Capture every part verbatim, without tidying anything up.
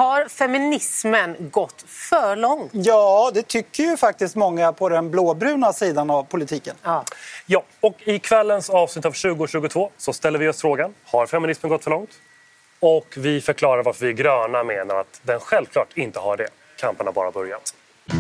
Har feminismen gått för långt? Ja, det tycker ju faktiskt många på den blåbruna sidan av politiken. Ja. Ja, och i kvällens avsnitt av tjugo tjugotvå så ställer vi oss frågan: har feminismen gått för långt? Och vi förklarar varför vi gröna menar att den självklart inte har det. Kampen har bara börjat.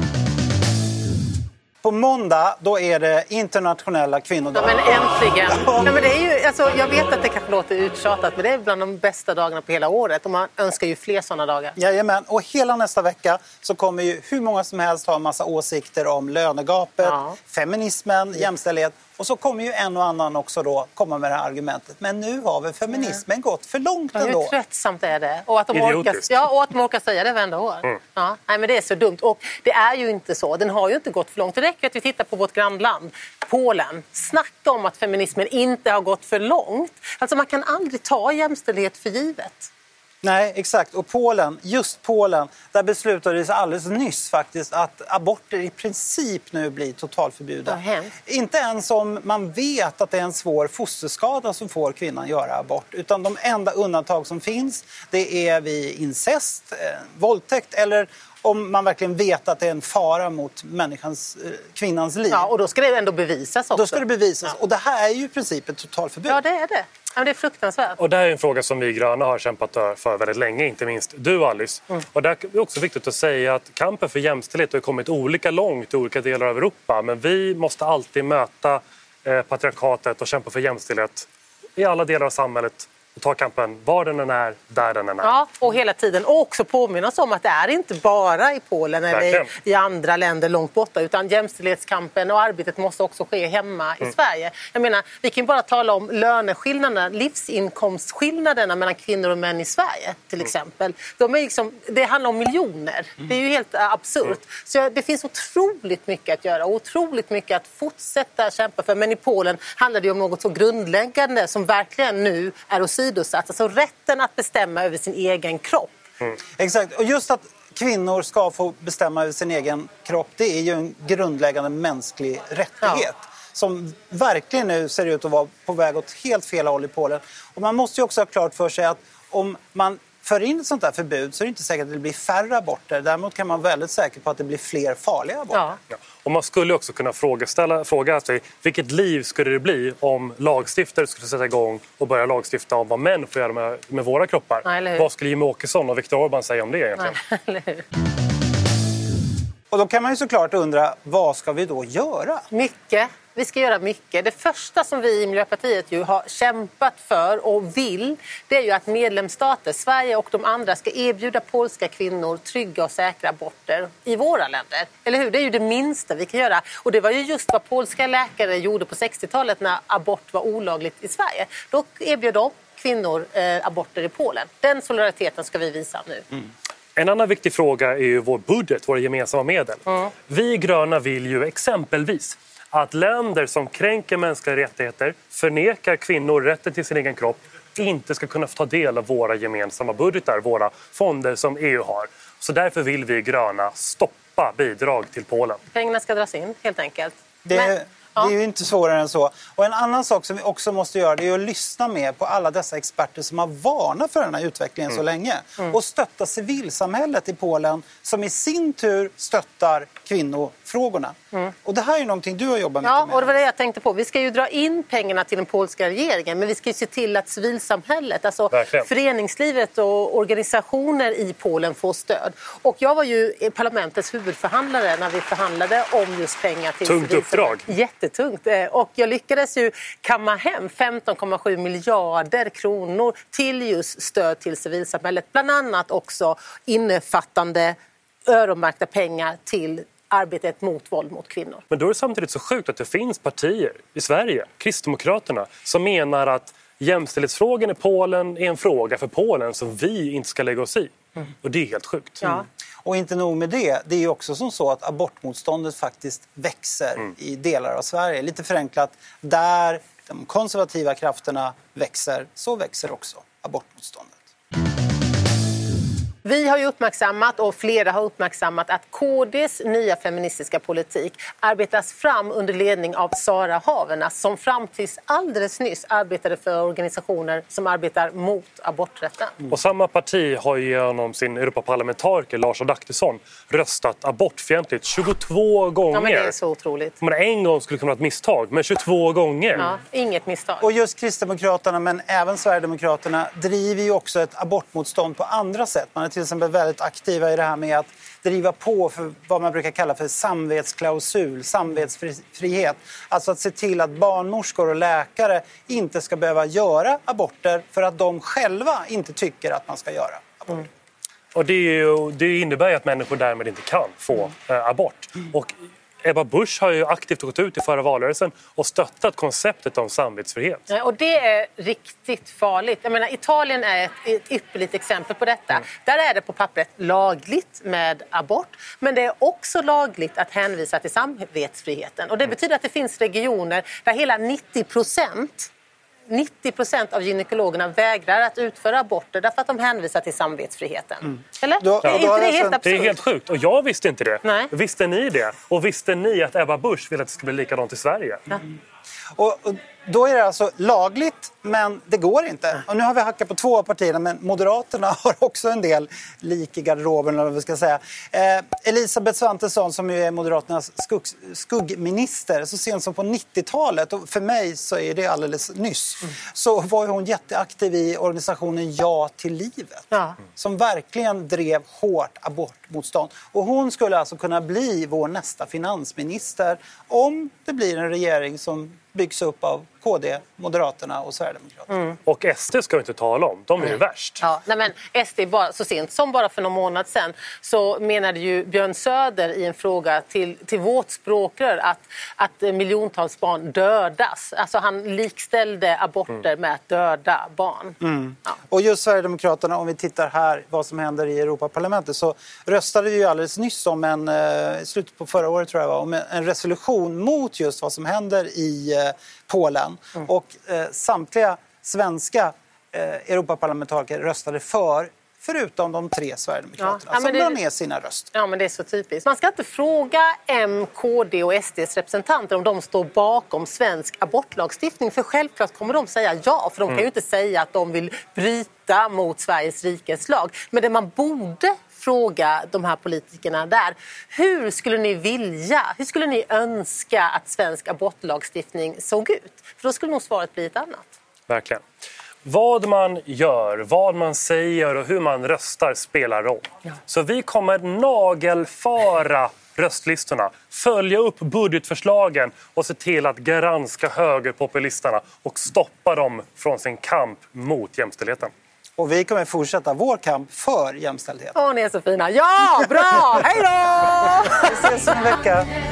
På måndag då är det internationella kvinnodagen. Ja, men äntligen. Ja, men det är ju, alltså, jag vet att det kanske låter uttjatat, men det är bland de bästa dagarna på hela året. Och man önskar ju fler sådana dagar. Jajamän, och hela nästa vecka så kommer ju hur många som helst ha en massa åsikter om lönegapet, Ja. feminismen, jämställdhet. Och så kommer ju en och annan också då komma med det här argumentet. Men nu har väl feminismen mm. gått för långt Ja, ändå. hur tröttsamt är det? Och att de orkar, ja, och att de orkar säga det varenda år. Mm. Ja, nej, men det är så dumt. Och det är ju inte så. Den har ju inte gått för långt. Det räcker att vi tittar på vårt grannland, Polen. Snacka om att feminismen inte har gått för långt. Alltså man kan aldrig ta jämställdhet för givet. Nej, exakt. Och Polen, just Polen, där beslutades alldeles nyss faktiskt att aborter i princip nu blir totalförbjudna. Inte ens om man vet att det är en svår fosterskada som får kvinnan göra abort. Utan de enda undantag som finns, det är vid incest, eh, våldtäkt eller om man verkligen vet att det är en fara mot människans, eh, kvinnans liv. Ja, och då ska det ändå bevisas också. Då ska det bevisas. Ja. Och det här är ju i princip ett totalförbud. Ja, det är det. Ja, det är fruktansvärt. Och det här är en fråga som vi gröna har kämpat för väldigt länge, inte minst du, Alice. Mm. Och det är också viktigt att säga att kampen för jämställdhet har kommit olika långt i olika delar av Europa. Men vi måste alltid möta eh, patriarkatet och kämpa för jämställdhet i alla delar av samhället. Och ta kampen var den än är, där den än är. Ja, och hela tiden. Och också påminna oss om att det är inte bara i Polen eller i, i andra länder långt borta. Utan jämställdhetskampen och arbetet måste också ske hemma i mm. Sverige. Jag menar, vi kan bara tala om löneskillnaderna, livsinkomstskillnaderna mellan kvinnor och män i Sverige till mm. exempel. De är liksom, det handlar om miljoner. Mm. Det är ju helt absurt. Mm. Så det finns otroligt mycket att göra och otroligt mycket att fortsätta kämpa för. Men i Polen handlar det om något så grundläggande som verkligen nu är att sidosatt. Alltså rätten att bestämma över sin egen kropp. Mm. Exakt. Och just att kvinnor ska få bestämma över sin egen kropp, det är ju en grundläggande mänsklig rättighet. Ja. Som verkligen nu ser ut att vara på väg åt helt fel håll i Polen. Och man måste ju också ha klart för sig att om man för in ett sånt här förbud så är det inte säkert att det blir färre aborter. Däremot kan man vara väldigt säker på att det blir fler farliga aborter. Ja. Ja. Och man skulle också kunna fråga, ställa, fråga sig vilket liv skulle det bli om lagstiftare skulle sätta igång och börja lagstifta om vad män får göra med, med våra kroppar. Nej, vad skulle Jimmie Åkesson och Viktor Orbán säga om det egentligen? Nej, eller hur? Och då kan man ju såklart undra, vad ska vi då göra? Mycket. Vi ska göra mycket. Det första som vi i Miljöpartiet ju har kämpat för och vill, det är ju att medlemsstater, Sverige och de andra, ska erbjuda polska kvinnor trygga och säkra aborter i våra länder. Eller hur? Det är ju det minsta vi kan göra. Och det var ju just vad polska läkare gjorde på sextiotalet när abort var olagligt i Sverige. Då erbjöd de kvinnor eh, aborter i Polen. Den solidariteten ska vi visa nu. Mm. En annan viktig fråga är ju vår budget, våra gemensamma medel. Mm. Vi gröna vill ju exempelvis att länder som kränker mänskliga rättigheter, förnekar kvinnor rätten till sin egen kropp, inte ska kunna få ta del av våra gemensamma budgetar, våra fonder som E U har. Så därför vill vi gröna stoppa bidrag till Polen. Pengarna ska dras in, helt enkelt. Det, Men, det ja. är ju inte svårare än så. Och en annan sak som vi också måste göra, det är att lyssna med på alla dessa experter som har varnat för den här utvecklingen mm. så länge. Mm. Och stötta civilsamhället i Polen som i sin tur stöttar kvinnofrågorna. Mm. Och det här är ju någonting du har jobbat ja, mycket med. Ja, och det var det jag tänkte på. Vi ska ju dra in pengarna till den polska regeringen, men vi ska ju se till att civilsamhället, alltså Verkligen. föreningslivet och organisationer i Polen får stöd. Och jag var ju parlamentets huvudförhandlare när vi förhandlade om just pengar till Tungt uppdrag. Jättetungt. Och jag lyckades ju kamma hem femton komma sju miljarder kronor till just stöd till civilsamhället. Bland annat också innefattande öronmärkta pengar till arbetet mot våld mot kvinnor. Men då är det samtidigt så sjukt att det finns partier i Sverige, Kristdemokraterna, som menar att jämställdhetsfrågan i Polen är en fråga för Polen som vi inte ska lägga oss i. Mm. Och det är helt sjukt. Ja. Mm. Och inte nog med det, det är ju också som så att abortmotståndet faktiskt växer mm. i delar av Sverige. Lite förenklat, där de konservativa krafterna växer, så växer också abortmotståndet. vi har ju uppmärksammat och flera har uppmärksammat att K D:s nya feministiska politik arbetas fram under ledning av Sara Havernas som fram tills alldeles nyss arbetade för organisationer som arbetar mot aborträtten. Och samma parti har genom sin Europaparlamentariker Lars Adaktusson röstat abortfientligt tjugotvå gånger. Ja, men det är så otroligt. Men en gång skulle kunna vara ett misstag, men tjugotvå gånger. Ja, inget misstag. Och just Kristdemokraterna, men även Sverigedemokraterna, driver ju också ett abortmotstånd på andra sätt. Man är till exempel väldigt aktiva i det här med att driva på för vad man brukar kalla för samvetsklausul, samvetsfrihet. Alltså att se till att barnmorskor och läkare inte ska behöva göra aborter för att de själva inte tycker att man ska göra aborter. Mm. Och det, är ju, det innebär ju att människor därmed inte kan få eh, abort. Och Ebba Busch har ju aktivt gått ut i förra valrörelsen och stöttat konceptet om samvetsfrihet. Ja, och det är riktigt farligt. Jag menar, Italien är ett, ett ypperligt exempel på detta. Mm. Där är det på pappret lagligt med abort, men det är också lagligt att hänvisa till samvetsfriheten. Och det betyder att det finns regioner där hela nittio procent nittio procent av gynekologerna vägrar att utföra aborter därför att de hänvisar till samvetsfriheten. Mm. Eller? Då, är inte då det helt absurt? Det är helt sjukt. Och jag visste inte det. Nej. Visste ni det? Och visste ni att Ebba Busch vill att det ska bli likadant i Sverige? Ja. Och, och då är det alltså lagligt, men det går inte. Och nu har vi hackat på två av partierna, men Moderaterna har också en del lik i garderoben, eller vad vi ska säga. Eh, Elisabeth Svantesson, som ju är Moderaternas skugg, skuggminister, så sent som på nittiotalet, och för mig så är det alldeles nyss, mm. så var hon jätteaktiv i organisationen Ja till livet. Ja. Som verkligen drev hårt abortmotstånd. Och hon skulle alltså kunna bli vår nästa finansminister om det blir en regering som byggs upp av K D, Moderaterna och Sverigedemokraterna. Mm. Och S D ska vi inte tala om. De är ju värst. Ja, nej men S D bara, så sent som bara för någon månad sedan så menade ju Björn Söder i en fråga till, till vårt språkrör att, att miljontals barn dödas. Alltså han likställde aborter mm. med att döda barn. Mm. Ja. Och just Sverigedemokraterna, om vi tittar här vad som händer i Europaparlamentet, så röstade vi ju alldeles nyss om en, i slutet på förra året tror jag var, om en, en resolution mot just vad som händer i eh, Polen. Mm. Och eh, samtliga svenska eh, Europaparlamentariker röstade för, förutom de tre Sverigedemokraterna ja. Ja, som drar ner sina röster. Ja, men det är så typiskt. Man ska inte fråga M, K D och S D:s representanter om de står bakom svensk abortlagstiftning. För självklart kommer de säga ja, för de kan mm. ju inte säga att de vill bryta mot Sveriges rikes lag. Men det man borde fråga de här politikerna där, hur skulle ni vilja, hur skulle ni önska att svensk abortlagstiftning såg ut? För då skulle nog svaret bli ett annat. Verkligen. Vad man gör, vad man säger och hur man röstar spelar roll. Ja. Så vi kommer nagelfara röstlistorna, följa upp budgetförslagen och se till att granska högerpopulisterna och stoppa dem från sin kamp mot jämställdheten. Och vi kommer fortsätta vår kamp för jämställdhet. Åh, ni är så fina. Ja, bra! Hej då! Vi ses om en vecka.